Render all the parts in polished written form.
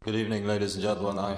Good evening, ladies and gentlemen.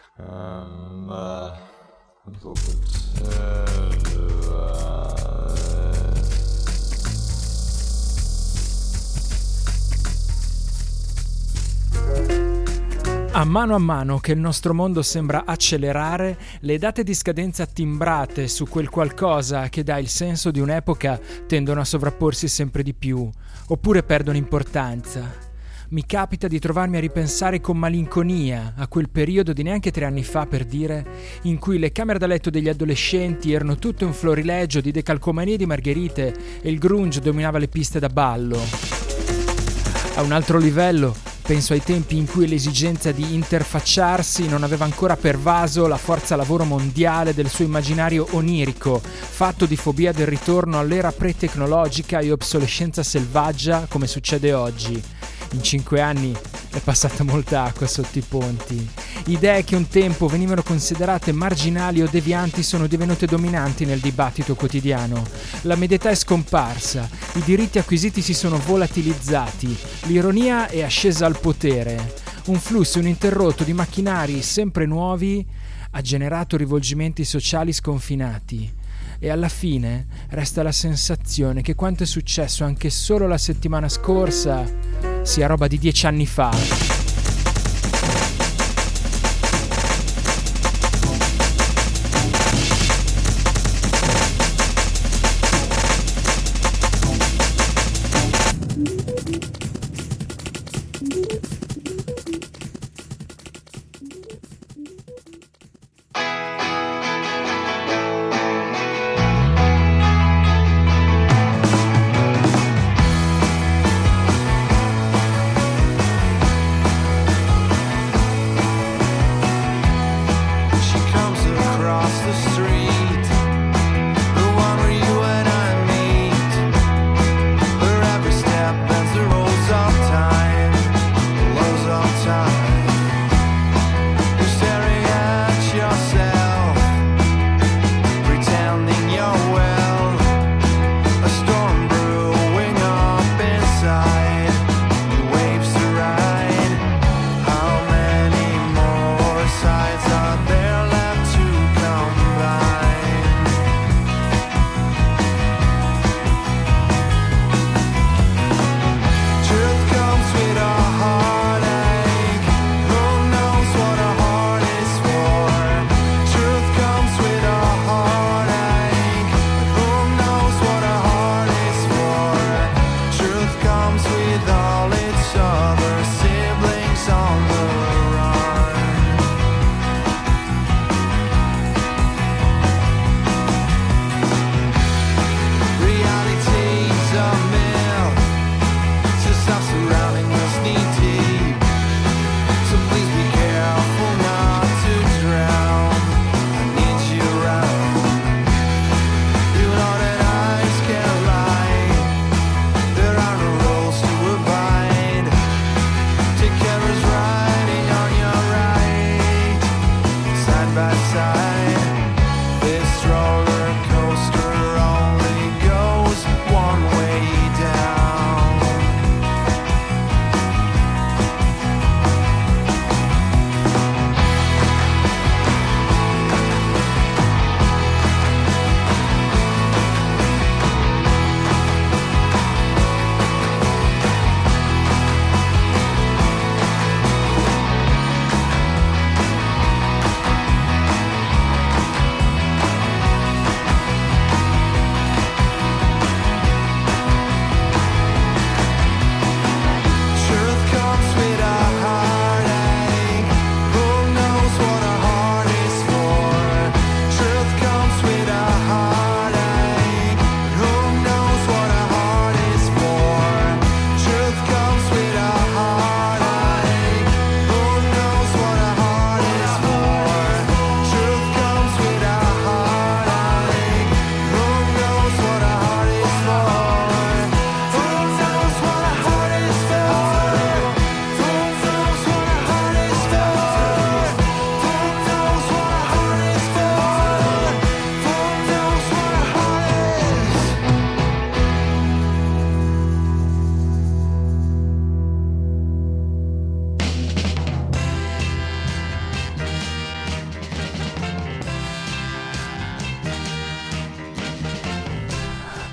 A mano che il nostro mondo sembra accelerare, le date di scadenza timbrate su quel qualcosa che dà il senso di un'epoca tendono a sovrapporsi sempre di più, oppure perdono importanza. Mi capita di trovarmi a ripensare con malinconia a quel periodo di neanche 3 anni fa, per dire, in cui le camere da letto degli adolescenti erano tutte un florilegio di decalcomanie di margherite e il grunge dominava le piste da ballo. A un altro livello, penso ai tempi in cui l'esigenza di interfacciarsi non aveva ancora pervaso la forza lavoro mondiale del suo immaginario onirico, fatto di fobia del ritorno all'era pre-tecnologica e obsolescenza selvaggia come succede oggi. In 5 anni è passata molta acqua sotto i ponti. Idee che un tempo venivano considerate marginali o devianti sono divenute dominanti nel dibattito quotidiano. La medietà è scomparsa, i diritti acquisiti si sono volatilizzati, l'ironia è ascesa al potere. Un flusso ininterrotto di macchinari sempre nuovi ha generato rivolgimenti sociali sconfinati. E alla fine resta la sensazione che quanto è successo anche solo la settimana scorsa sia roba di 10 anni fa.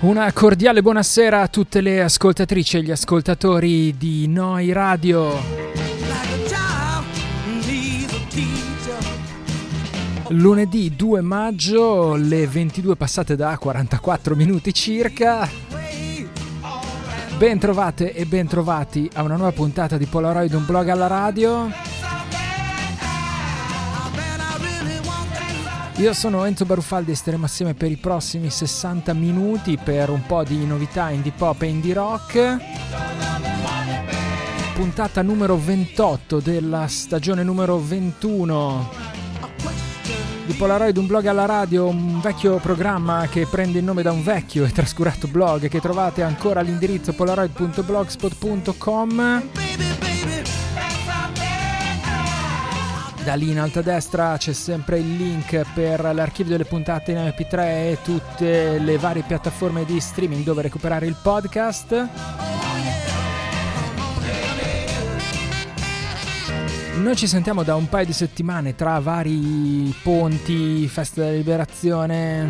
Una cordiale buonasera a tutte le ascoltatrici e gli ascoltatori di Noi Radio. Lunedì 2 maggio, le 22 passate da 44 minuti circa. Ben trovate e ben trovati a una nuova puntata di Polaroid, un blog alla radio. Io sono Enzo Barufaldi e staremo assieme per i prossimi 60 minuti per un po' di novità indie pop e indie rock. Puntata numero 28 della stagione numero 21 di Polaroid, un blog alla radio, un vecchio programma che prende il nome da un vecchio e trascurato blog che trovate ancora all'indirizzo polaroid.blogspot.com. Da lì in alto a destra c'è sempre il link per l'archivio delle puntate in MP3 e tutte le varie piattaforme di streaming dove recuperare il podcast. Noi ci sentiamo da un paio di settimane tra vari ponti, festa della liberazione.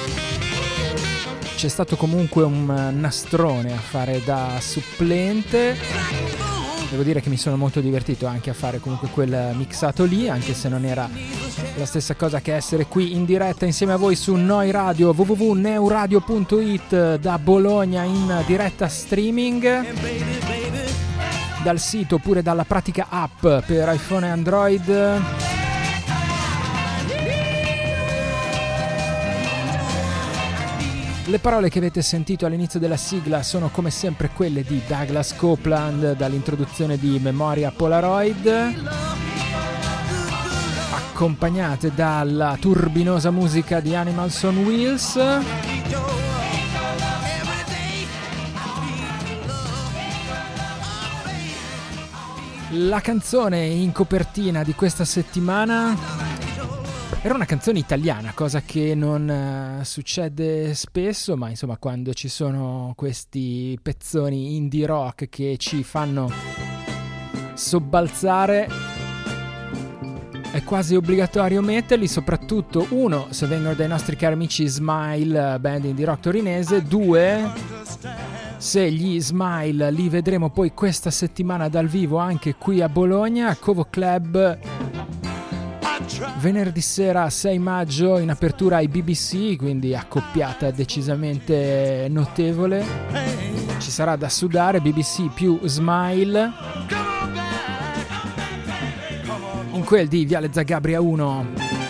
C'è stato comunque un nastrone a fare da supplente. Devo dire che mi sono molto divertito anche a fare comunque quel mixato lì, anche se non era la stessa cosa che essere qui in diretta insieme a voi su Noi Radio, www.neuradio.it, da Bologna in diretta streaming, dal sito oppure dalla pratica app per iPhone e Android. Le parole che avete sentito all'inizio della sigla sono come sempre quelle di Douglas Copeland dall'introduzione di Memoria Polaroid, accompagnate dalla turbinosa musica di Animals on Wheels. La canzone in copertina di questa settimana era una canzone italiana, cosa che non succede spesso, ma insomma quando ci sono questi pezzoni indie rock che ci fanno sobbalzare è quasi obbligatorio metterli, soprattutto uno se vengono dai nostri cari amici Smile, band indie rock torinese, due se gli Smile li vedremo poi questa settimana dal vivo anche qui a Bologna, a Covo Club, venerdì sera 6 maggio in apertura ai BBC, quindi accoppiata decisamente notevole. Ci sarà da sudare, BBC più Smile, in quel di Viale Zagabria 1.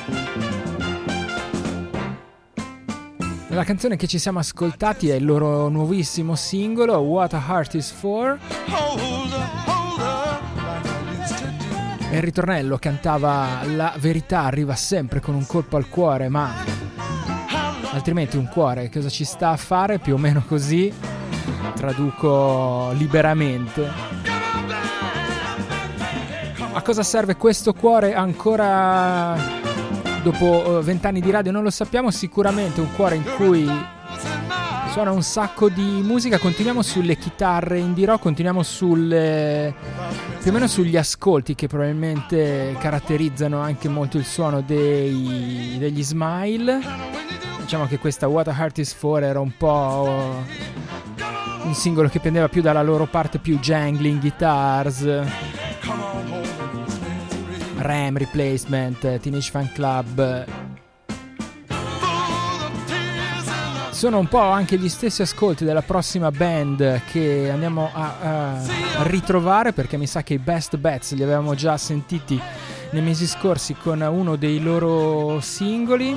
La canzone che ci siamo ascoltati è il loro nuovissimo singolo What a Heart Is For. E il ritornello cantava: la verità arriva sempre con un colpo al cuore, ma altrimenti un cuore cosa ci sta a fare? Più o meno così, traduco liberamente. A cosa serve questo cuore ancora dopo 20 anni di radio? Non lo sappiamo, sicuramente un cuore in cui suona un sacco di musica. Continuiamo sulle chitarre indie rock, continuiamo più o meno sugli ascolti che probabilmente caratterizzano anche molto il suono degli Smile. Diciamo che questa What a Heart Is For era un po' un singolo che pendeva più dalla loro parte più jangling guitars, Ram, Replacement, Teenage Fan Club. Sono un po' anche gli stessi ascolti della prossima band che andiamo a ritrovare, perché mi sa che i Best Bets li avevamo già sentiti nei mesi scorsi con uno dei loro singoli.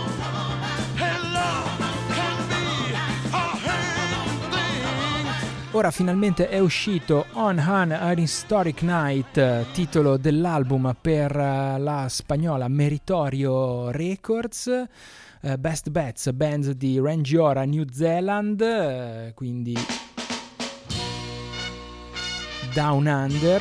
Ora finalmente è uscito On an Historic Night, titolo dell'album per la spagnola Meritorio Records. Best Bets, band di Rangiora, New Zealand, quindi Down Under.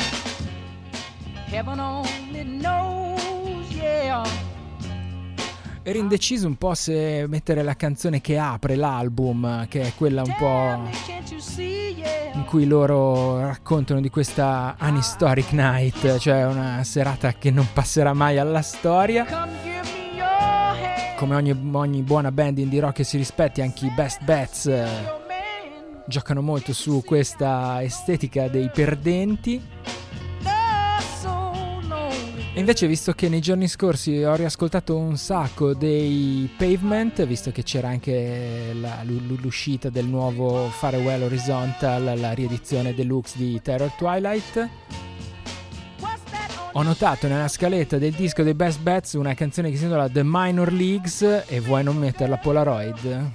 Heaven only knows, yeah. Ero indeciso un po' se mettere la canzone che apre l'album, che è quella un po' in cui loro raccontano di questa Unhistoric Night, cioè una serata che non passerà mai alla storia. Come ogni buona band indie rock che si rispetti, anche i Best Bets giocano molto su questa estetica dei perdenti. E invece, visto che nei giorni scorsi ho riascoltato un sacco dei Pavement, visto che c'era anche l'uscita del nuovo Farewell Horizontal, la riedizione deluxe di Terror Twilight, ho notato nella scaletta del disco dei Best Bets una canzone che si intitola The Minor Leagues, e vuoi non metterla Polaroid?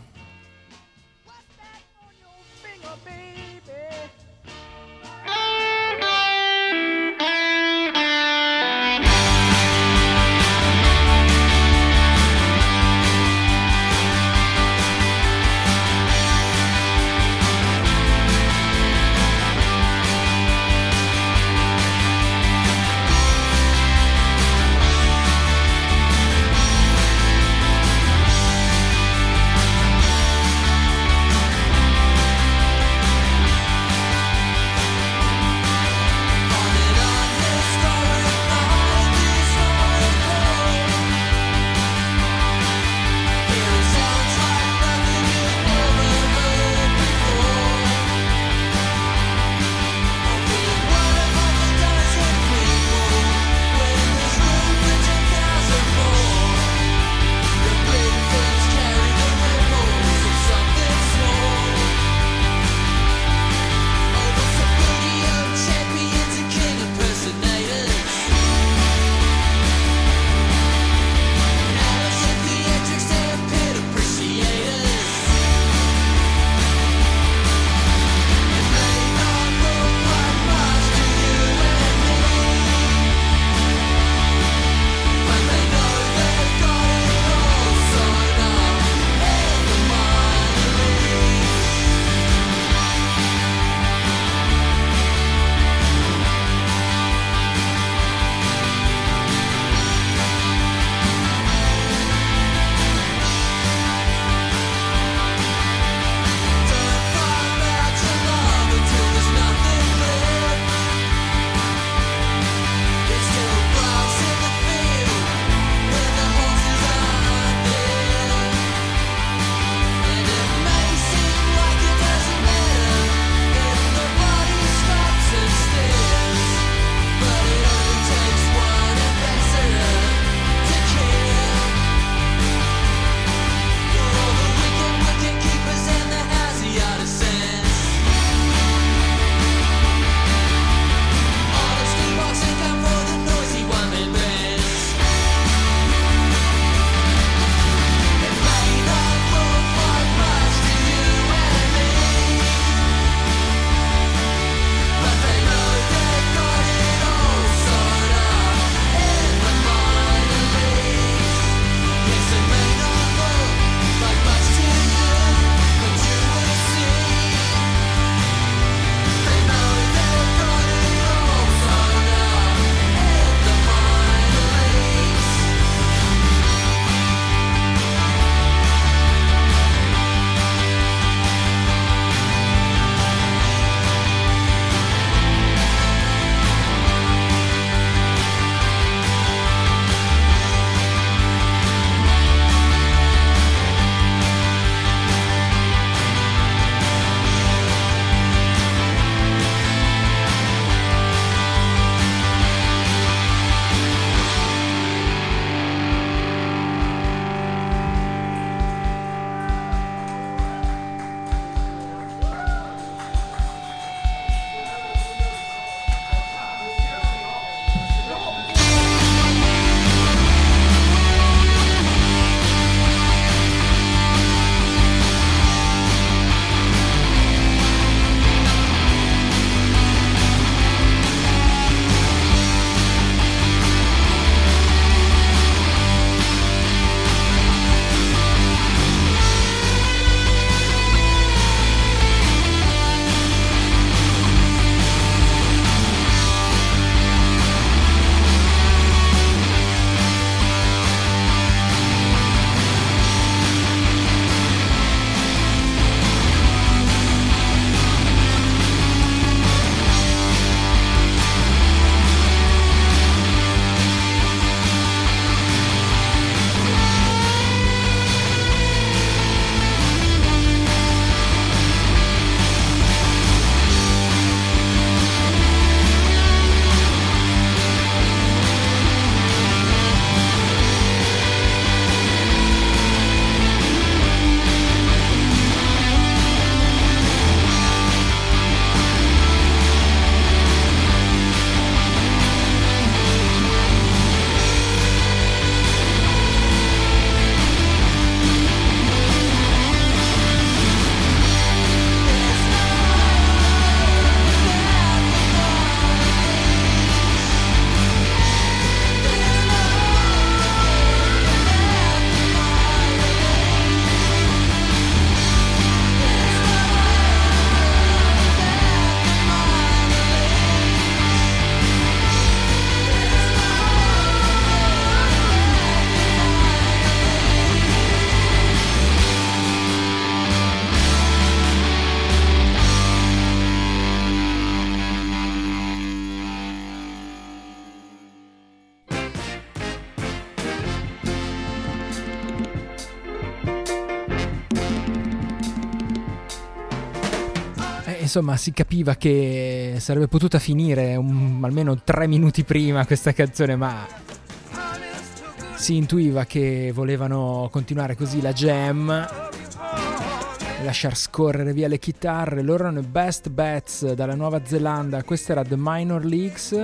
insomma si capiva che sarebbe potuta finire almeno 3 minuti prima questa canzone, ma si intuiva che volevano continuare così la jam e lasciar scorrere via le chitarre. Loro erano i Best Bats dalla Nuova Zelanda, questa era The Minor Leagues,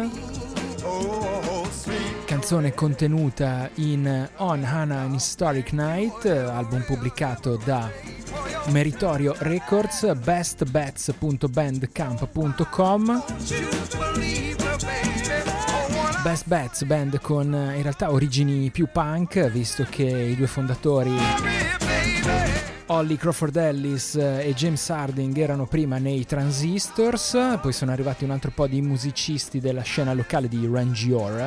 canzone contenuta in On Hana an Historic Night, album pubblicato da Meritorio Records, bestbats.bandcamp.com. Best Bats, band con in realtà origini più punk, visto che i due fondatori Ollie Crawford Ellis e James Harding erano prima nei Transistors, poi sono arrivati un altro po' di musicisti della scena locale di Rangiora.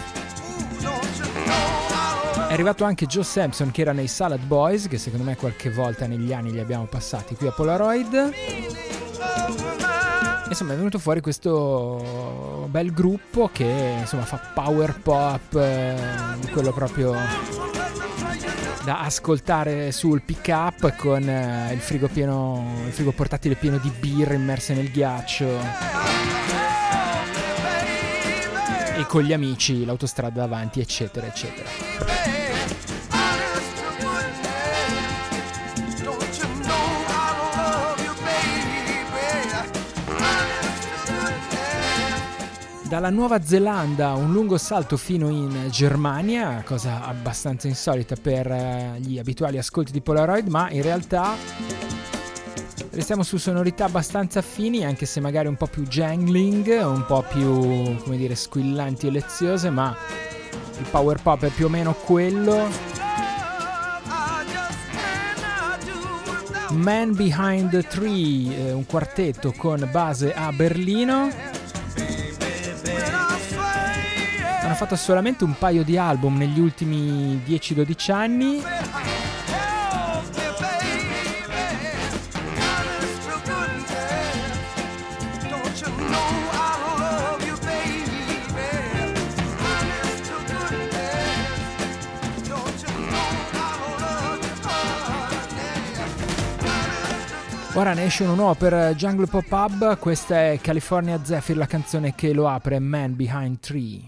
È arrivato anche Joe Sampson, che era nei Salad Boys, che secondo me qualche volta negli anni li abbiamo passati qui a Polaroid. Insomma è venuto fuori questo bel gruppo che insomma fa power pop, quello proprio da ascoltare sul pick up con il frigo portatile pieno di birre immerse nel ghiaccio e con gli amici, l'autostrada davanti, eccetera eccetera. Dalla Nuova Zelanda un lungo salto fino in Germania, cosa abbastanza insolita per gli abituali ascolti di Polaroid, ma in realtà restiamo su sonorità abbastanza affini, anche se magari un po' più jangling, un po' più, come dire, squillanti e leziose, ma il power pop è più o meno quello. Man Behind the Tree, un quartetto con base a Berlino. Hanno fatto solamente un paio di album negli ultimi 10-12 anni. Ora ne esce uno nuovo per Jungle Pop Hub, questa è California Zephyr, la canzone che lo apre, Man Behind Tree.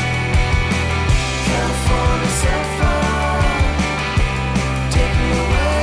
Take me away.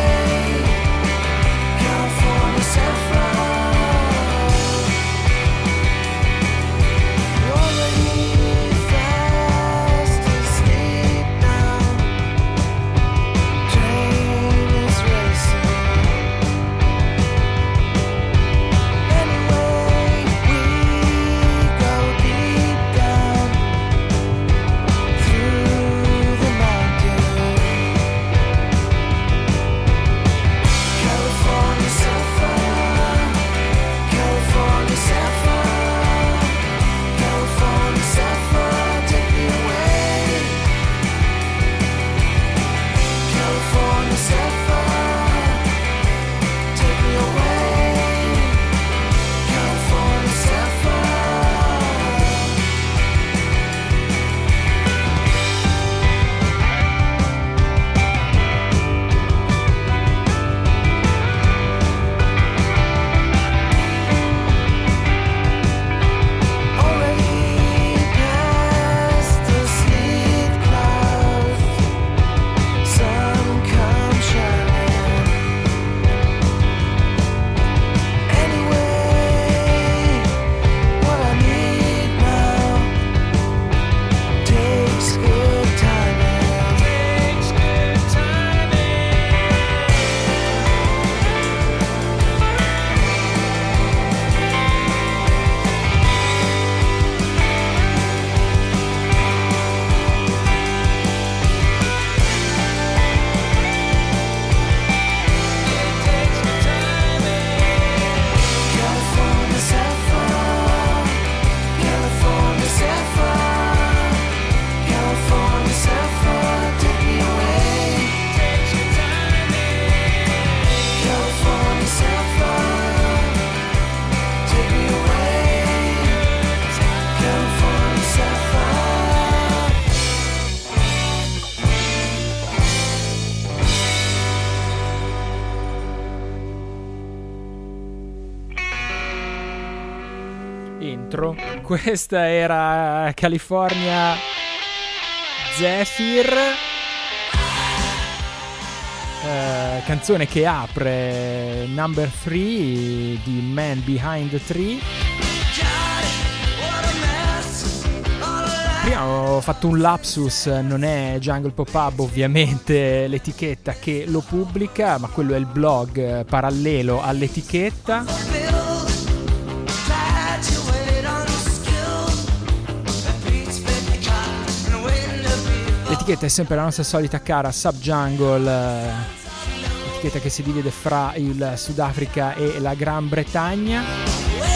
intro. Questa era California Zephyr, canzone che apre Number 3 di Man Behind the Tree. Prima ho fatto un lapsus, non è Jungle Pop Hub ovviamente l'etichetta che lo pubblica, ma quello è il blog parallelo all'etichetta. L'etichetta è sempre la nostra solita cara Subjungle, etichetta che si divide fra il Sudafrica e la Gran Bretagna.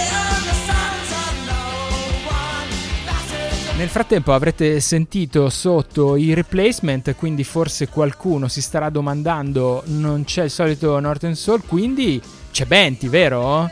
Nel frattempo avrete sentito sotto i Replacement, quindi forse qualcuno si starà domandando: non c'è il solito Northern Soul, quindi c'è Benty, vero?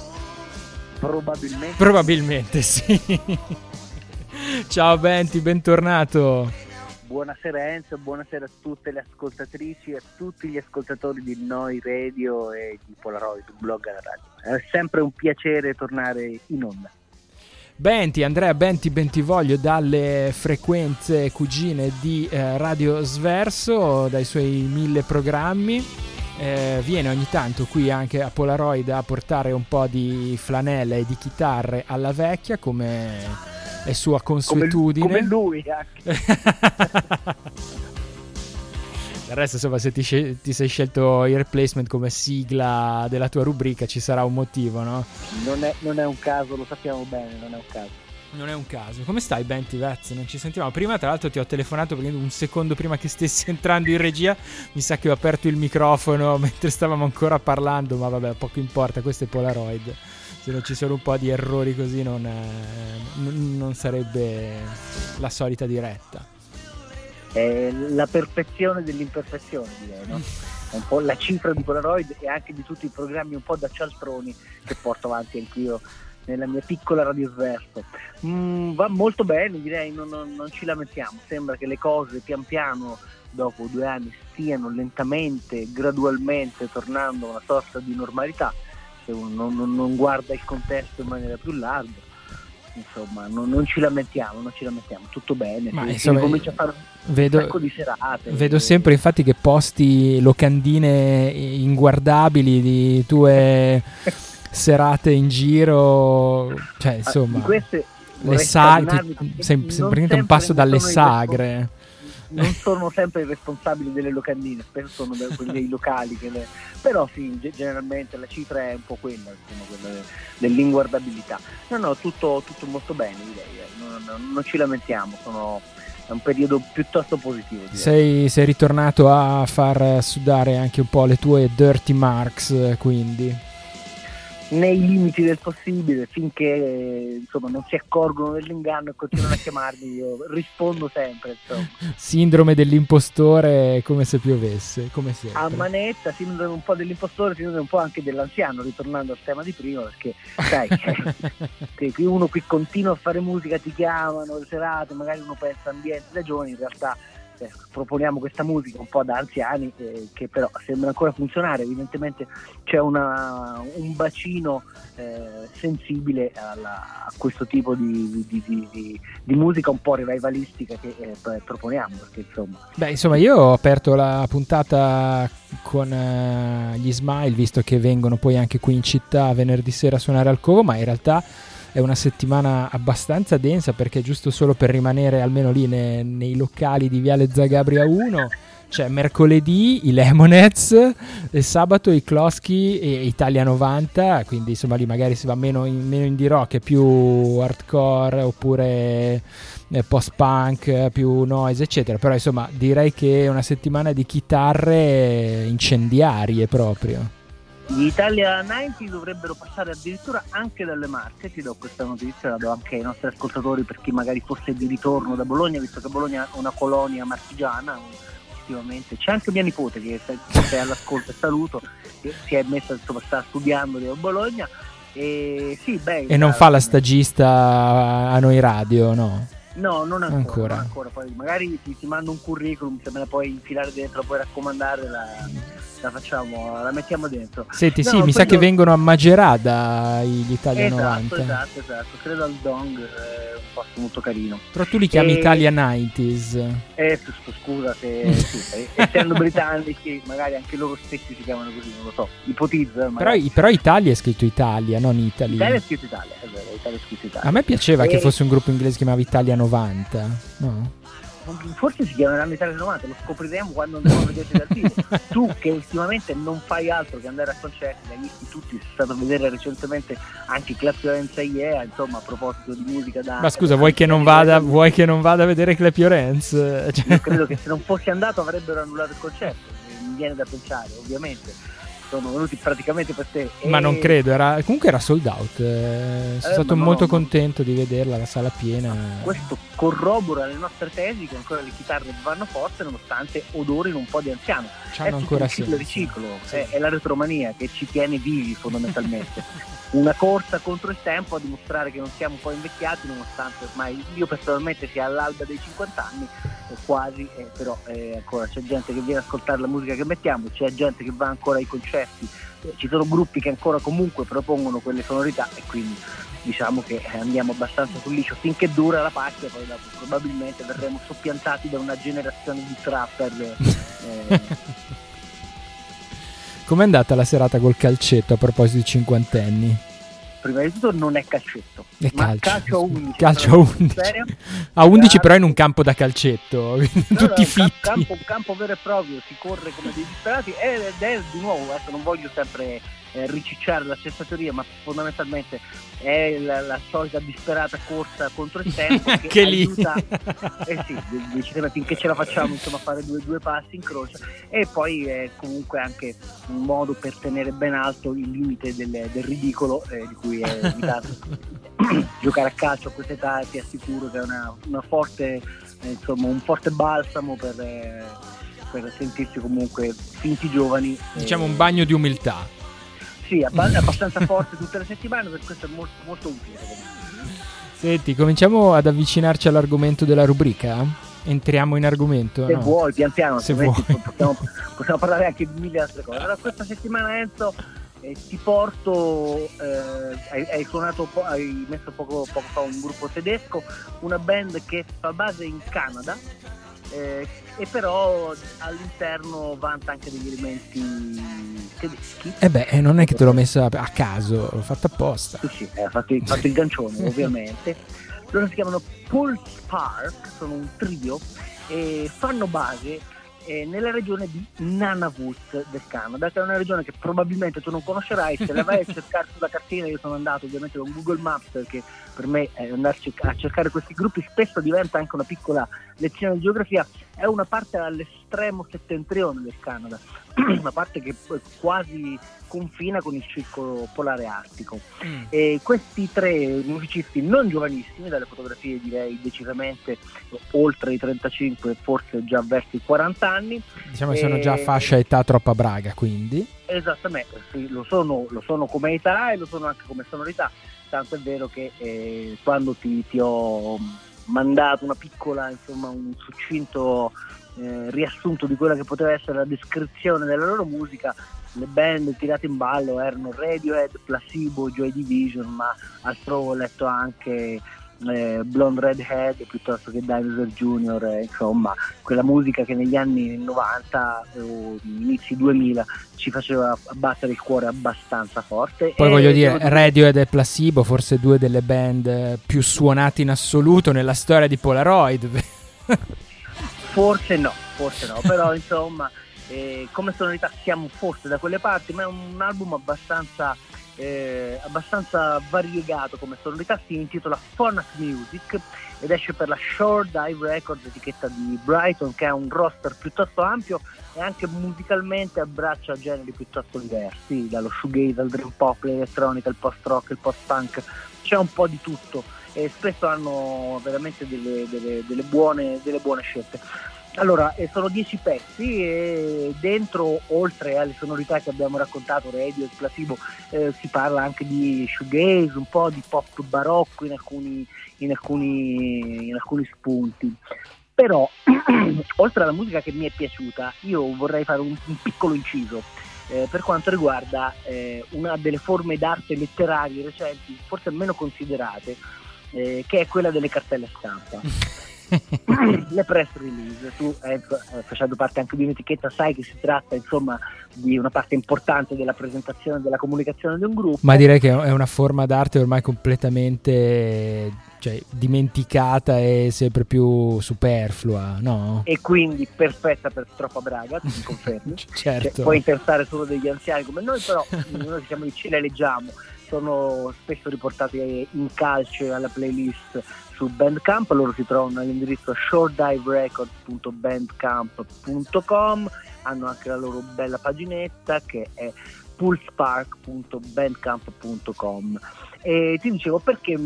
Probabilmente sì. Ciao Benty, bentornato. Buonasera Enzo, buonasera a tutte le ascoltatrici e a tutti gli ascoltatori di Noi Radio e di Polaroid, un blog alla radio. È sempre un piacere tornare in onda. Benty, Andrea Benty Bentivoglio, dalle frequenze cugine di Radio Sverso, dai suoi 1000 programmi, viene ogni tanto qui anche a Polaroid a portare un po' di flanella e di chitarre alla vecchia, come è sua consuetudine. Come lui anche. Del resto, insomma, se ti sei scelto i Replacement come sigla della tua rubrica, ci sarà un motivo, no? Non è un caso, lo sappiamo bene, non è un caso. Non è un caso. Come stai, Benty Vez? Non ci sentivamo. Prima, tra l'altro, ti ho telefonato perché un secondo prima che stessi entrando in regia mi sa che ho aperto il microfono mentre stavamo ancora parlando, ma vabbè, poco importa, questo è Polaroid. Se non ci sono un po' di errori così non sarebbe la solita diretta. È la perfezione dell'imperfezione, direi, no? È un po' la cifra di Polaroid e anche di tutti i programmi un po' da cialtroni che porto avanti anch'io nella mia piccola Radio Sverso. Va molto bene, direi, non ci lamentiamo. Sembra che le cose pian piano dopo 2 anni stiano lentamente, gradualmente tornando a una sorta di normalità, se uno non guarda il contesto in maniera più larga. Insomma, non ci lamentiamo, tutto bene. Ma insomma, comincia a fare un sacco di serate. Vedo sempre infatti che posti locandine inguardabili di tue serate in giro, cioè insomma, le sagre, sempre un passo dalle sagre. Non sono sempre i responsabili delle locandine, spesso sono quelli dei locali però sì, generalmente la cifra è un po' quella, insomma, quella dell'inguardabilità. No, tutto molto bene, direi. Non ci lamentiamo, è un periodo piuttosto positivo, direi. Sei ritornato a far sudare anche un po' le tue dirty marks, quindi nei limiti del possibile, finché insomma non si accorgono dell'inganno e continuano a chiamarmi, io rispondo sempre, insomma. Sindrome dell'impostore, come se piovesse, come sempre. A manetta, sindrome un po' dell'impostore, sindrome un po' anche dell'anziano, ritornando al tema di prima, perché sai che uno qui continua a fare musica, ti chiamano le serate, magari uno pensa ambiente da giovani, in realtà proponiamo questa musica un po' da anziani, che però sembra ancora funzionare. Evidentemente c'è un bacino sensibile a questo tipo di musica un po' revivalistica che proponiamo, perché insomma io ho aperto la puntata con gli Smile, visto che vengono poi anche qui in città venerdì sera a suonare al Covo, ma in realtà è una settimana abbastanza densa, perché giusto solo per rimanere almeno lì nei locali di Viale Zagabria 1 c'è mercoledì i Lemonheads e sabato i Kloski e Italia 90, quindi insomma lì magari si va meno indie rock e più hardcore, oppure post-punk, più noise eccetera, però insomma direi che è una settimana di chitarre incendiarie proprio. Gli Italia 90 dovrebbero passare addirittura anche dalle Marche. Ti do questa notizia, la do anche ai nostri ascoltatori, per chi magari fosse di ritorno da Bologna, visto che Bologna è una colonia marchigiana. Effettivamente c'è anche mia nipote che è all'ascolto, e saluto, che si è messa, insomma, sta studiando a Bologna e sì, e non fa la stagista a Noi Radio, no? No, non ancora. Poi magari ti mando un curriculum, se me la puoi infilare dentro, la puoi raccomandare, la facciamo, la mettiamo dentro. Senti, no, sì, mi sa che vengono a Magerada gli Italia 90. Esatto, credo al Dong, è un posto molto carino. Però tu li chiami Italia 90s. Scusa se sì, essendo britannici magari anche loro stessi si chiamano così, non lo so, ipotizzo. Però Italia è scritto Italia, non Italy. Italia è scritto Italia, è vero, Italia è scritto Italia. A me piaceva che fosse un gruppo inglese che chiamava Italia 90, no? Forse si chiameranno Italia 90, lo scopriremo quando andremo a vederti dal vivo. Tu che ultimamente non fai altro che andare a concerti, li hai visti tutti, sei stato a vedere recentemente anche Clap Your Hands Yeah, insomma, a proposito di musica da... Ma scusa, vuoi che non vada a vedere Clap Your Hands? Io credo che se non fossi andato avrebbero annullato il concerto, mi viene da pensare, ovviamente. Sono venuti praticamente per te. Ma non credo, comunque era sold out. Sono stato molto contento di vederla, la sala piena. Questo corrobora le nostre tesi che ancora le chitarre vanno forte nonostante odorino un po' di anziano. C'hanno ancora riciclo, sì. È la retromania che ci tiene vivi fondamentalmente. Una corsa contro il tempo a dimostrare che non siamo un po' invecchiati, nonostante ormai io personalmente sia all'alba dei 50 anni quasi, però ancora c'è gente che viene ad ascoltare la musica che mettiamo, c'è gente che va ancora ai concerti, ci sono gruppi che ancora comunque propongono quelle sonorità e quindi diciamo che andiamo abbastanza sul liscio finché dura la pacchia, poi dopo probabilmente verremo soppiantati da una generazione di trapper. Com'è andata la serata col calcetto a proposito di cinquantenni? Prima di tutto non è calcetto, è calcio a 11. Calcio a 11. A 11 però in un campo da calcetto, tutti fitti. Un campo vero e proprio, si corre come dei disperati ed è di nuovo, non voglio sempre ricicciare la stessa teoria, ma fondamentalmente è la solita disperata corsa contro il tempo che aiuta decisamente finché ce la facciamo insomma a fare due passi in croce, e poi è comunque anche un modo per tenere ben alto il limite del ridicolo, di cui è evitato giocare a calcio a questa età. Ti assicuro che è una forte insomma un forte balsamo per sentirsi comunque finti giovani, diciamo un bagno di umiltà. Sì, abbastanza forte tutte le settimane, per questo è molto, molto utile. Senti, cominciamo ad avvicinarci all'argomento della rubrica? Entriamo in argomento? Se vuoi, pian piano, se vuoi. possiamo parlare anche di mille altre cose. Allora, questa settimana, Enzo, ti porto, hai messo poco fa un gruppo tedesco, una band che fa base in Canada, e però all'interno vanta anche degli elementi tedeschi. Non è che te l'ho messa a caso, l'ho fatta apposta. Sì, ha fatto il gancione ovviamente. Loro si chiamano Pulse Park, sono un trio e fanno base nella regione di Nunavut del Canada, che è una regione che probabilmente tu non conoscerai. Se la vai a cercare sulla cartina, io sono andato ovviamente con Google Maps, perché per me andarci a cercare questi gruppi spesso diventa anche una piccola lezione di geografia. È una parte all'estremo settentrione del Canada, una parte che quasi confina con il circolo polare artico. E questi tre musicisti non giovanissimi, dalle fotografie direi decisamente oltre i 35, forse già verso i 40 anni. Diciamo che sono già fascia età troppa braga, quindi. Esattamente, sì, lo sono come età e lo sono anche come sonorità, tanto è vero che quando ti ho mandato una piccola, insomma un succinto riassunto di quella che poteva essere la descrizione della loro musica, le band tirate in ballo erano Radiohead, Placebo, Joy Division, ma altrove ho letto anche Blonde Redhead piuttosto che Dinosaur Jr., insomma quella musica che negli anni 90 o inizi 2000 ci faceva battere il cuore abbastanza forte. Poi voglio dire, Radiohead e Placebo, forse due delle band più suonate in assoluto nella storia di Polaroid. Forse no, però insomma come sonorità siamo forse da quelle parti, ma è un album abbastanza variegato come sonorità. Si intitola Phonak Music ed esce per la Shore Dive Records, etichetta di Brighton, che ha un roster piuttosto ampio e anche musicalmente abbraccia generi piuttosto diversi, dallo shoegaze al dream pop, l'elettronica, il post rock, il post punk, c'è un po' di tutto e spesso hanno veramente delle buone scelte. Allora, sono 10 pezzi e dentro, oltre alle sonorità che abbiamo raccontato, Radio e Placebo, si parla anche di shoegaze, un po' di pop barocco in alcuni spunti. Però oltre alla musica che mi è piaciuta, io vorrei fare un piccolo inciso per quanto riguarda una delle forme d'arte letterarie recenti, forse meno considerate, che è quella delle cartelle stampa. Le press release. Tu, facendo parte anche di un'etichetta, sai che si tratta insomma di una parte importante della presentazione, della comunicazione di un gruppo. Ma direi che è una forma d'arte ormai completamente, cioè, dimenticata e sempre più superflua, no? E quindi perfetta per Troppa Braga, tu mi confermi? Certo. Cioè, può interessare solo degli anziani come noi, però noi che siamo lì ce le leggiamo, sono spesso riportate in calce alla playlist su Bandcamp. Loro si trovano all'indirizzo shorediverecords.bandcamp.com, hanno anche la loro bella paginetta che è pulspark.bandcamp.com. E ti dicevo perché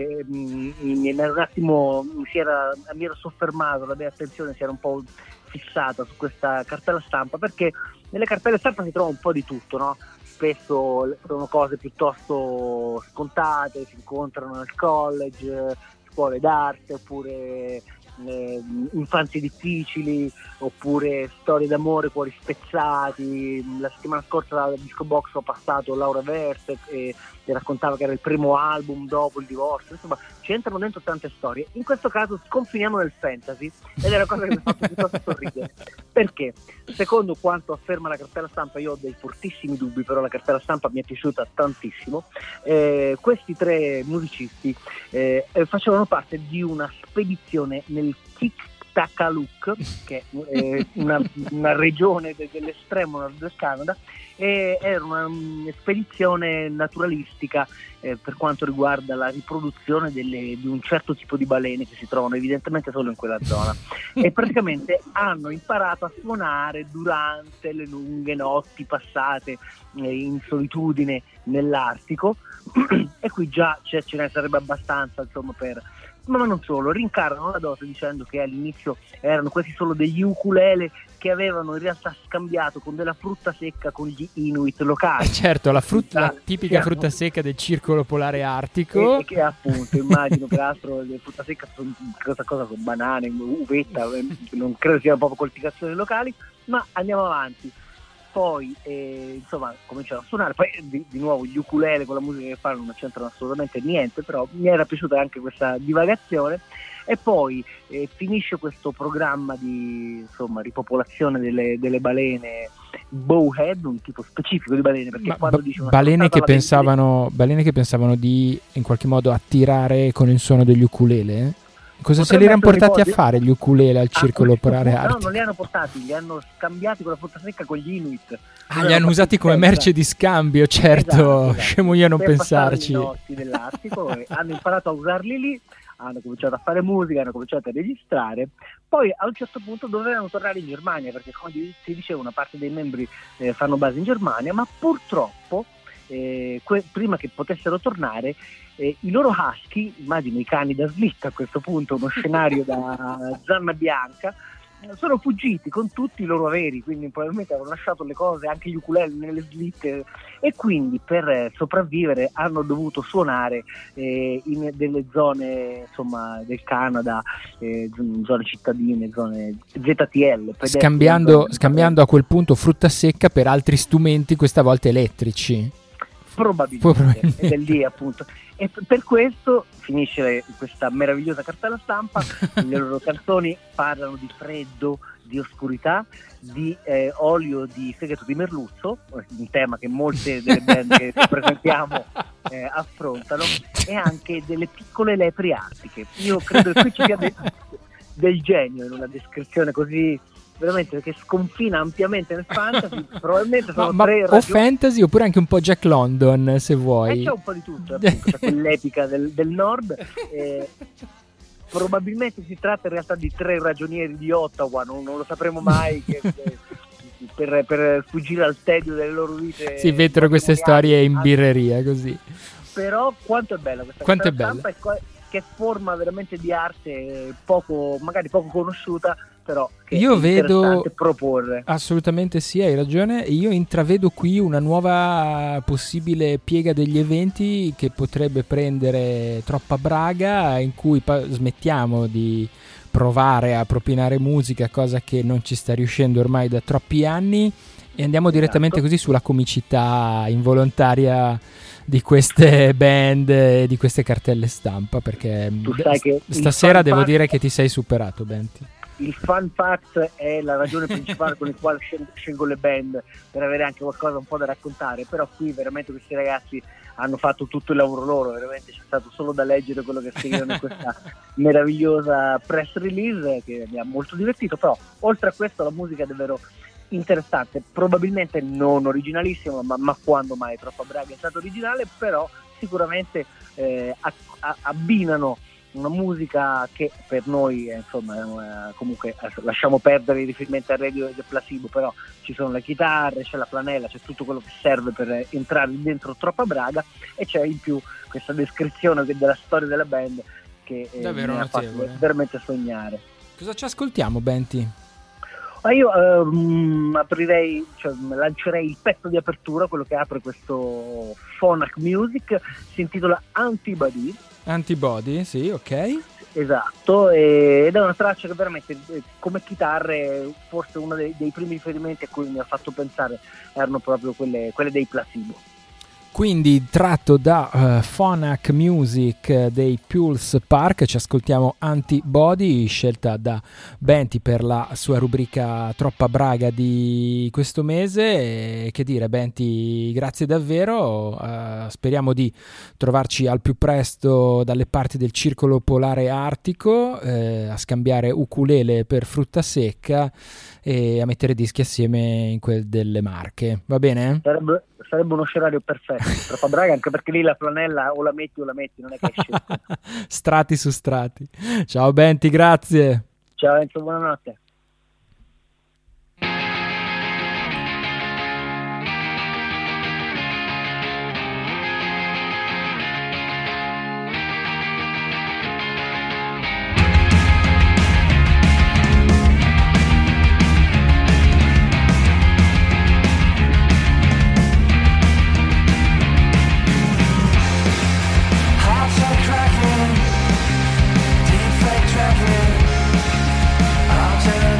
mi ero un attimo mi ero soffermato, la mia attenzione si era un po' fissata su questa cartella stampa, perché nelle cartelle stampa si trova un po' di tutto, no? Spesso sono cose piuttosto scontate, si incontrano nel college, scuole d'arte, oppure infanzie difficili, oppure storie d'amore, cuori spezzati. La settimana scorsa al Disco Box ho passato Laura Verse e raccontava che era il primo album dopo il divorzio. Insomma, ci entrano dentro tante storie. In questo caso sconfiniamo nel fantasy, ed è una cosa che mi ha fatto piuttosto sorridere, perché secondo quanto afferma la cartella stampa, io ho dei fortissimi dubbi, però la cartella stampa mi è piaciuta tantissimo. Questi tre musicisti facevano parte di una spedizione nel Tiktakaluk, che è una regione dell'estremo nord del Canada, e era una spedizione naturalistica per quanto riguarda la riproduzione di un certo tipo di balene che si trovano evidentemente solo in quella zona, e praticamente hanno imparato a suonare durante le lunghe notti passate in solitudine nell'Artico e qui già ce ne sarebbe abbastanza, insomma, ma non solo, rincarano la dose dicendo che all'inizio erano questi solo degli ukulele che avevano in realtà scambiato con della frutta secca con gli Inuit locali. Certo, la tipica frutta secca del circolo polare artico. E che appunto, immagino, peraltro le frutta secca sono cosa con banane, uvetta, non credo siano proprio coltivazioni locali, ma andiamo avanti. Poi insomma cominciano a suonare, poi di nuovo gli ukulele con la musica che fanno non c'entrano assolutamente niente, però mi era piaciuta anche questa divagazione. E poi finisce questo programma di ripopolazione delle balene bowhead, un tipo specifico di balene, perché quando dice balene che pensavano di in qualche modo attirare con il suono degli ukulele? Cosa se li erano portati a fare gli ukulele al circolo polare artico? No, non li hanno portati, li hanno scambiati con la frutta secca con gli Inuit. Li hanno usati come merce di scambio, certo, esatto. Scemo io a non pensarci. Per passare i notti dell'Artico, hanno imparato a usarli lì, hanno cominciato a fare musica, hanno cominciato a registrare, poi a un certo punto dovevano tornare in Germania, perché come ti dicevo una parte dei membri fanno base in Germania, ma purtroppo prima che potessero tornare i loro husky, immagino i cani da slitta a questo punto, uno scenario da zanna bianca, sono fuggiti con tutti i loro averi, quindi probabilmente avevano lasciato le cose, anche gli ukulele nelle slitte, e quindi per sopravvivere hanno dovuto suonare in delle zone insomma del Canada, zone cittadine, zone ZTL, scambiando a quel punto frutta secca per altri strumenti, questa volta elettrici. Probabilmente. Ed è lì appunto, e per questo finisce questa meravigliosa cartella stampa. Le loro canzoni parlano di freddo, di oscurità, di olio di fegato di merluzzo, un tema che molte delle band che presentiamo affrontano, e anche delle piccole lepri artiche. Io credo che qui ci sia del genio in una descrizione così, veramente, che sconfina ampiamente nel fantasy. Probabilmente sono tre o fantasy oppure anche un po' Jack London, se vuoi. C'è un po' di tutto, appunto, c'è quell'epica del nord. Probabilmente si tratta in realtà di tre ragionieri di Ottawa, non lo sapremo mai, per sfuggire al tedio delle loro vite. Si vedono queste storie in birreria così. Però quanto è bella questa stampa, che forma veramente di arte magari poco conosciuta, però che io è vedo proporre. Assolutamente sì, hai ragione. Io intravedo qui una nuova possibile piega degli eventi che potrebbe prendere Troppa Braga, in cui smettiamo di provare a propinare musica, cosa che non ci sta riuscendo ormai da troppi anni, e andiamo direttamente così sulla comicità involontaria di queste band e di queste cartelle stampa, perché tu sai che stasera devo dire che ti sei superato, Benti. Il fan fact è la ragione principale con la quale scelgo le band, per avere anche qualcosa un po' da raccontare, però qui veramente questi ragazzi hanno fatto tutto il lavoro loro, veramente c'è stato solo da leggere quello che scrivono in questa meravigliosa press release che mi ha molto divertito. Però oltre a questo la musica è davvero interessante, probabilmente non originalissima, ma quando mai Troppa Braga è stato originale, però sicuramente abbinano una musica che per noi insomma comunque lasciamo perdere i riferimenti al radio del Placebo, però ci sono le chitarre, c'è la flanella, c'è tutto quello che serve per entrare dentro Troppa Braga, e c'è in più questa descrizione della storia della band che davvero mi ha fatto veramente sognare. Cosa ci ascoltiamo, Benti? Io aprirei, cioè lancerei il pezzo di apertura, quello che apre questo Phonak Music, si intitola Antibody, sì, ok. Esatto, ed è una traccia che veramente come chitarre, forse uno dei primi riferimenti a cui mi ha fatto pensare erano proprio quelle dei Placebo. Quindi tratto da Phonak Music dei Pulse Park ci ascoltiamo Antibody, scelta da Benti per la sua rubrica Troppa Braga di questo mese. E che dire, Benti, grazie davvero, speriamo di trovarci al più presto dalle parti del circolo polare artico, a scambiare ukulele per frutta secca e a mettere dischi assieme in quel delle Marche, va bene? Sarebbe uno scenario perfetto, Troppa Braga, anche perché lì la flanella o la metti, non è che esce. Strati su strati. Ciao Benti, grazie. Ciao Enzo, buonanotte. Tracking, deep fake tracking, I'll turn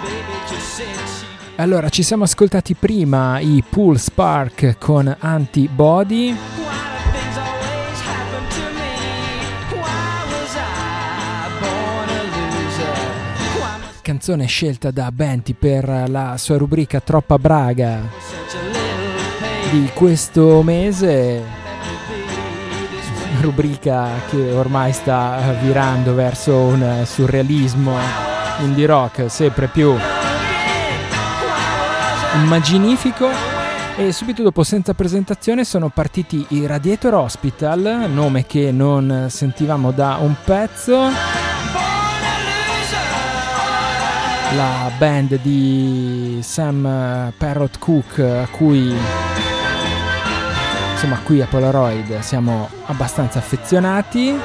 Allora, ci siamo ascoltati prima i Pool Spark con Antibody. Canzone scelta da Benty per la sua rubrica Troppa Braga di questo mese, rubrica che ormai sta virando verso un surrealismo indie rock sempre più immaginifico. E subito dopo, senza presentazione, sono partiti i Radiator Hospital, nome che non sentivamo da un pezzo, la band di Sam Parrott Cook a cui, insomma, qui a Polaroid siamo abbastanza affezionati.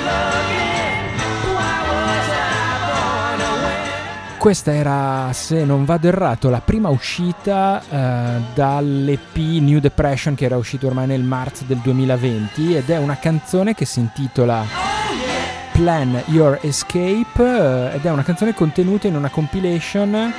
Questa era, se non vado errato, la prima uscita dall'EP New Depression, che era uscito ormai nel marzo del 2020, ed è una canzone che si intitola Plan Your Escape, ed è una canzone contenuta in una compilation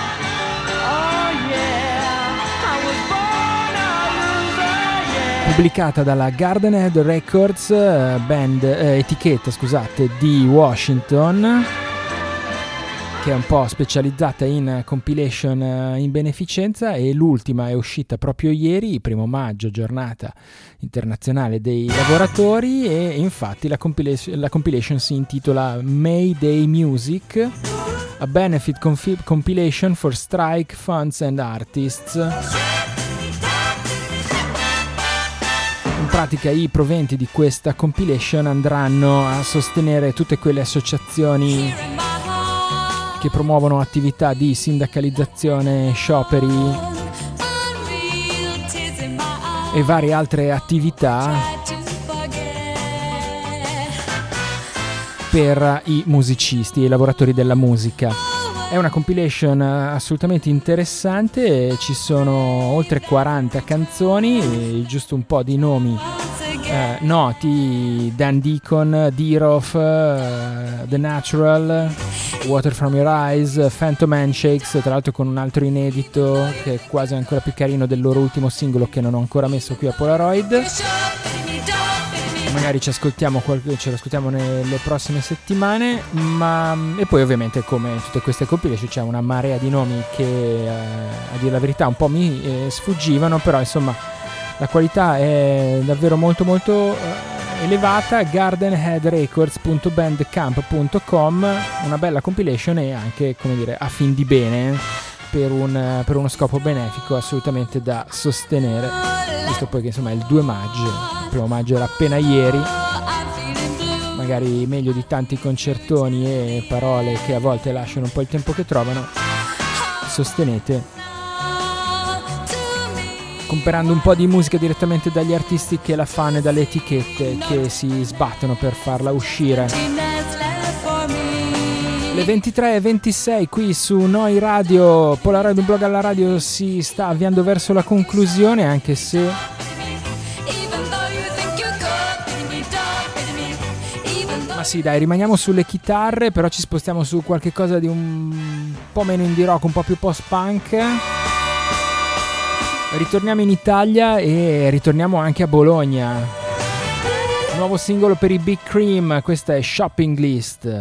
pubblicata dalla Gardenhead Records, etichetta, scusate, di Washington, che è un po' specializzata in compilation in beneficenza, e l'ultima è uscita proprio ieri, 1 maggio, giornata internazionale dei lavoratori, e infatti la compilation si intitola May Day Music, a benefit compilation for strike funds and artists. In pratica i proventi di questa compilation andranno a sostenere tutte quelle associazioni che promuovono attività di sindacalizzazione, scioperi e varie altre attività per i musicisti e i lavoratori della musica. È una compilation assolutamente interessante, ci sono oltre 40 canzoni, giusto un po' di nomi noti: Dan Deacon, Diroff, The Natural, Water From Your Eyes, Phantom Handshakes, tra l'altro con un altro inedito che è quasi ancora più carino del loro ultimo singolo, che non ho ancora messo qui a Polaroid. Magari ce lo ascoltiamo nelle prossime settimane, e poi ovviamente, come in tutte queste compilation, c'è una marea di nomi che a dire la verità un po' mi sfuggivano, però insomma la qualità è davvero molto molto elevata. gardenheadrecords.bandcamp.com, una bella compilation e anche, come dire, a fin di bene, per uno scopo benefico assolutamente da sostenere, visto poi che insomma è il 2 maggio, il 1 maggio era appena ieri, magari meglio di tanti concertoni e parole che a volte lasciano un po' il tempo che trovano. Sostenete comprando un po' di musica direttamente dagli artisti che la fanno e dalle etichette che si sbattono per farla uscire. Le 23:26 qui su Noi Radio, Polaroid, un blog alla radio, si sta avviando verso la conclusione, anche se ma sì, dai, rimaniamo sulle chitarre, però ci spostiamo su qualche cosa di un po' meno indie rock, un po' più post-punk. Ritorniamo in Italia e ritorniamo anche a Bologna. Nuovo singolo per i Big Cream, questa è Shopping List.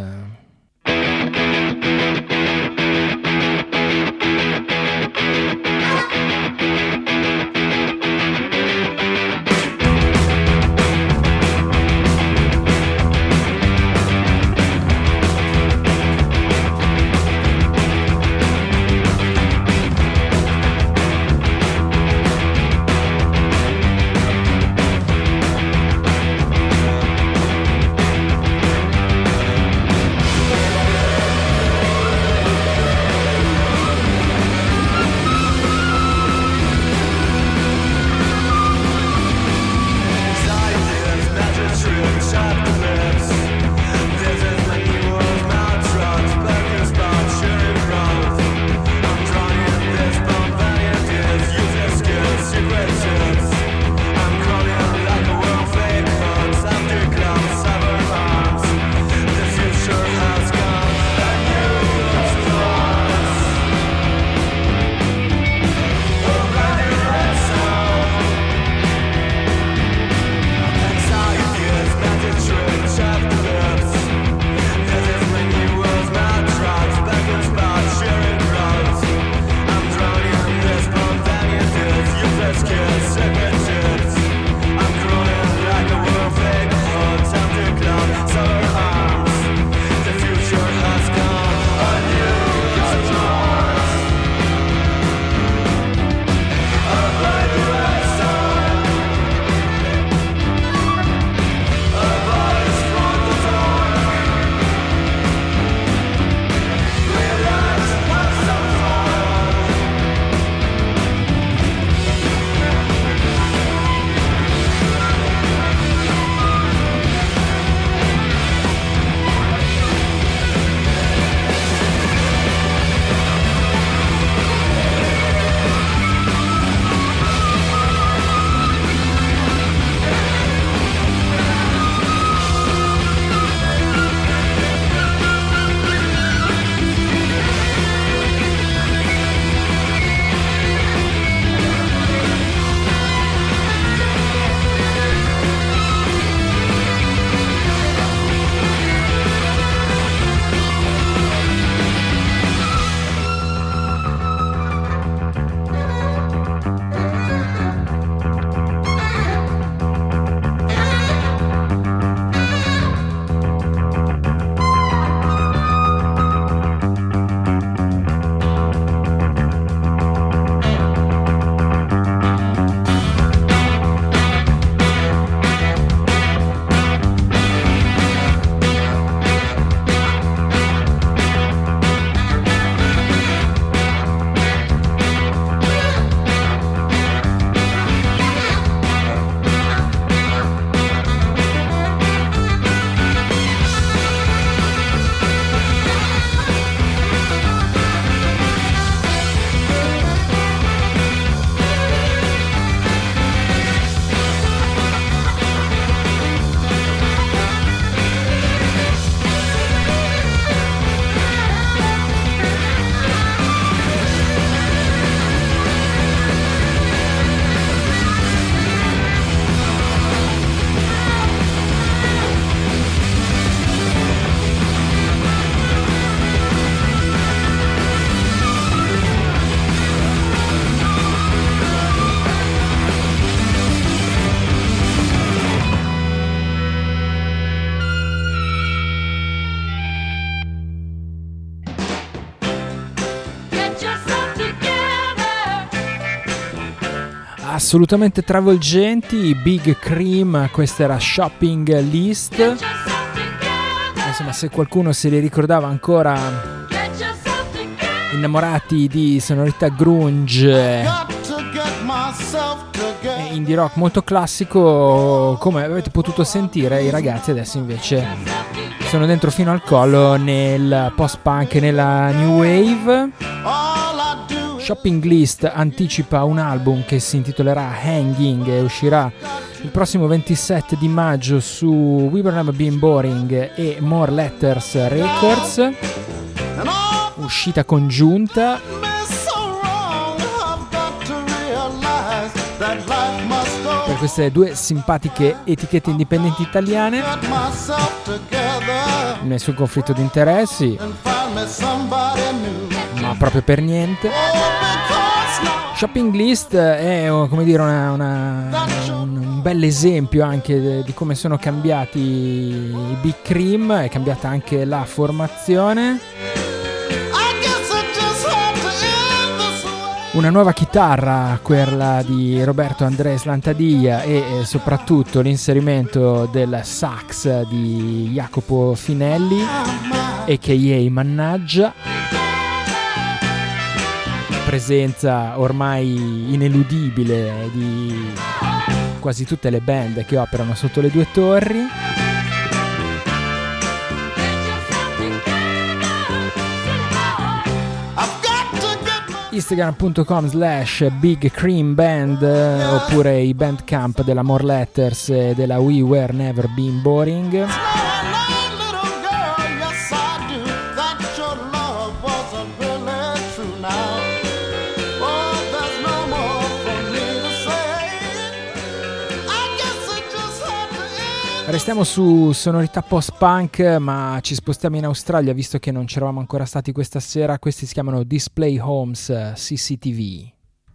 Assolutamente travolgenti, Big Cream, questa era Shopping List. Insomma, se qualcuno se li ricordava ancora innamorati di sonorità grunge e indie rock molto classico, come avete potuto sentire, i ragazzi adesso invece sono dentro fino al collo nel post-punk e nella new wave. Shopping List anticipa un album che si intitolerà Hanging e uscirà il prossimo 27 di maggio su We Were Never Been Boring e More Letters Records, uscita congiunta. Per queste due simpatiche etichette indipendenti italiane, nessun conflitto di interessi, ma proprio per niente. Shopping List è, come dire, un bel esempio anche di come sono cambiati i Big Cream, è cambiata anche la formazione. Una nuova chitarra, quella di Roberto Andrés Lantadia, e soprattutto l'inserimento del sax di Jacopo Finelli, a.k.a. Mannaggia. Presenza ormai ineludibile di quasi tutte le band che operano sotto le due torri. Instagram.com/Big Cream Band, oppure i bandcamp della More Letters e della We Were Never Been Boring. Restiamo su sonorità post-punk, ma ci spostiamo in Australia visto che non c'eravamo ancora stati questa sera. Questi si chiamano Display Homes CCTV.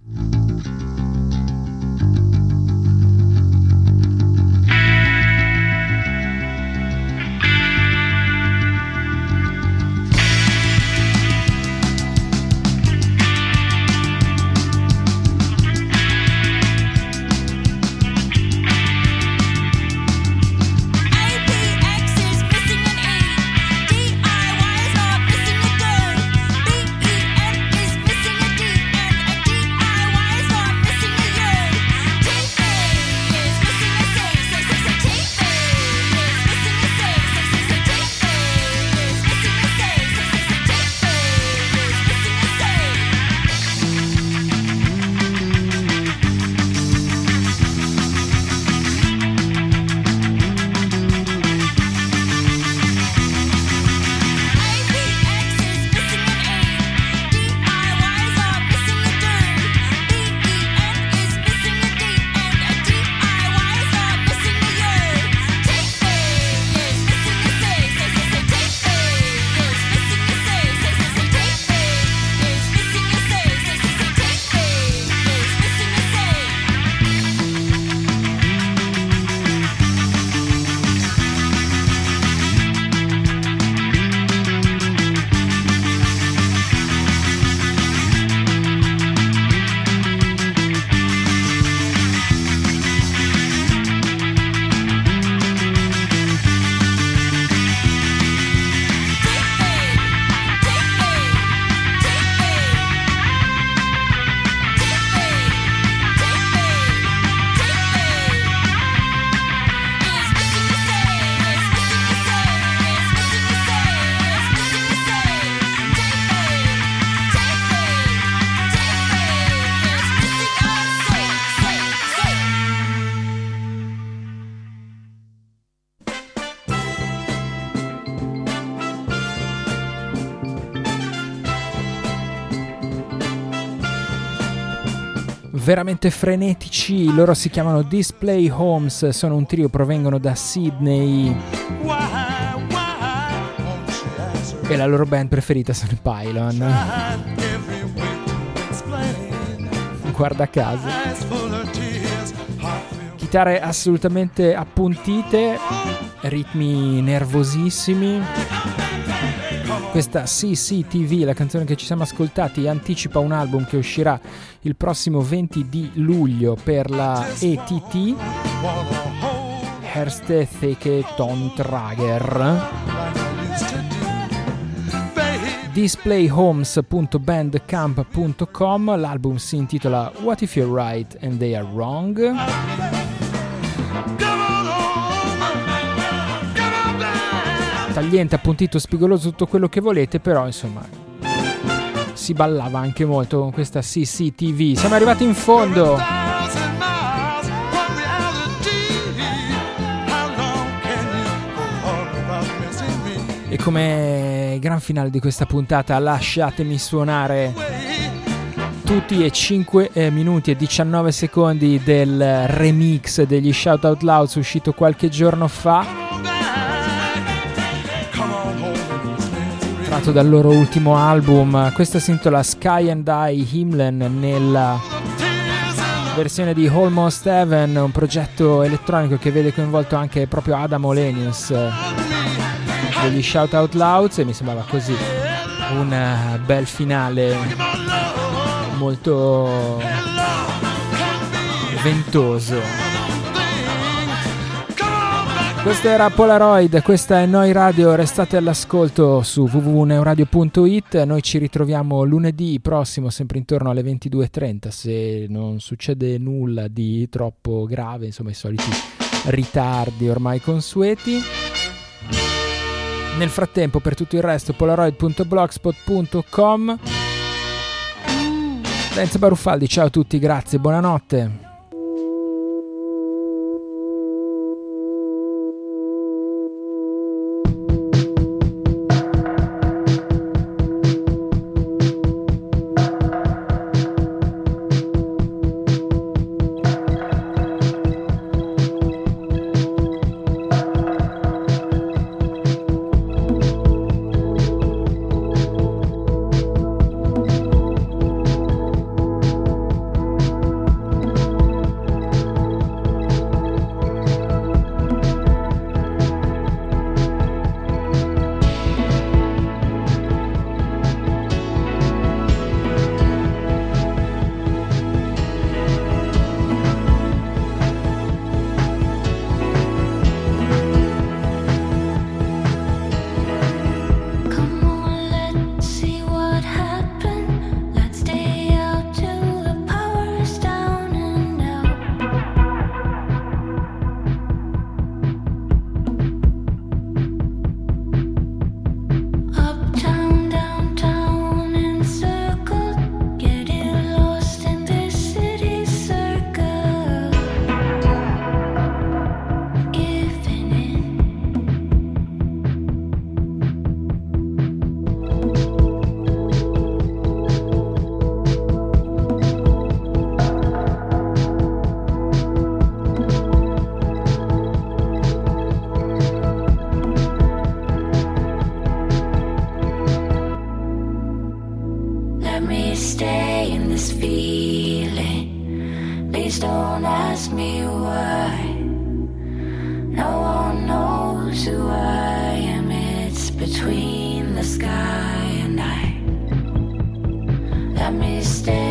veramente frenetici. Loro si chiamano Display Homes, sono un trio, provengono da Sydney e la loro band preferita sono i Pylon. Guarda caso, chitarre assolutamente appuntite, ritmi nervosissimi. Questa CCTV, la canzone che ci siamo ascoltati, anticipa un album che uscirà il prossimo 20 di luglio per la ETT, Erste Theke Tontrager. displayhomes.bandcamp.com. L'album si intitola What If You're Right and They Are Wrong. Tagliente, appuntito, spigoloso, tutto quello che volete, però insomma si ballava anche molto con questa CCTV. Siamo arrivati in fondo. E come gran finale di questa puntata lasciatemi suonare tutti e 5 minuti e 19 secondi del remix degli Shout Out Loud uscito qualche giorno fa, tratto dal loro ultimo album. Questa si intitola Sky and I Himlen nella versione di Almost Heaven, un progetto elettronico che vede coinvolto anche proprio Adam Olenius degli Shout Out Loud, e mi sembrava così un bel finale molto ventoso. Questo era Polaroid, questa è Noi Radio, restate all'ascolto su www.neuradio.it. Noi ci ritroviamo lunedì prossimo, sempre intorno alle 22:30, se non succede nulla di troppo grave, insomma i soliti ritardi ormai consueti. Nel frattempo, per tutto il resto, polaroid.blogspot.com. Lenzo Baruffaldi, ciao a tutti, grazie, buonanotte. Between the sky and I, let me stay.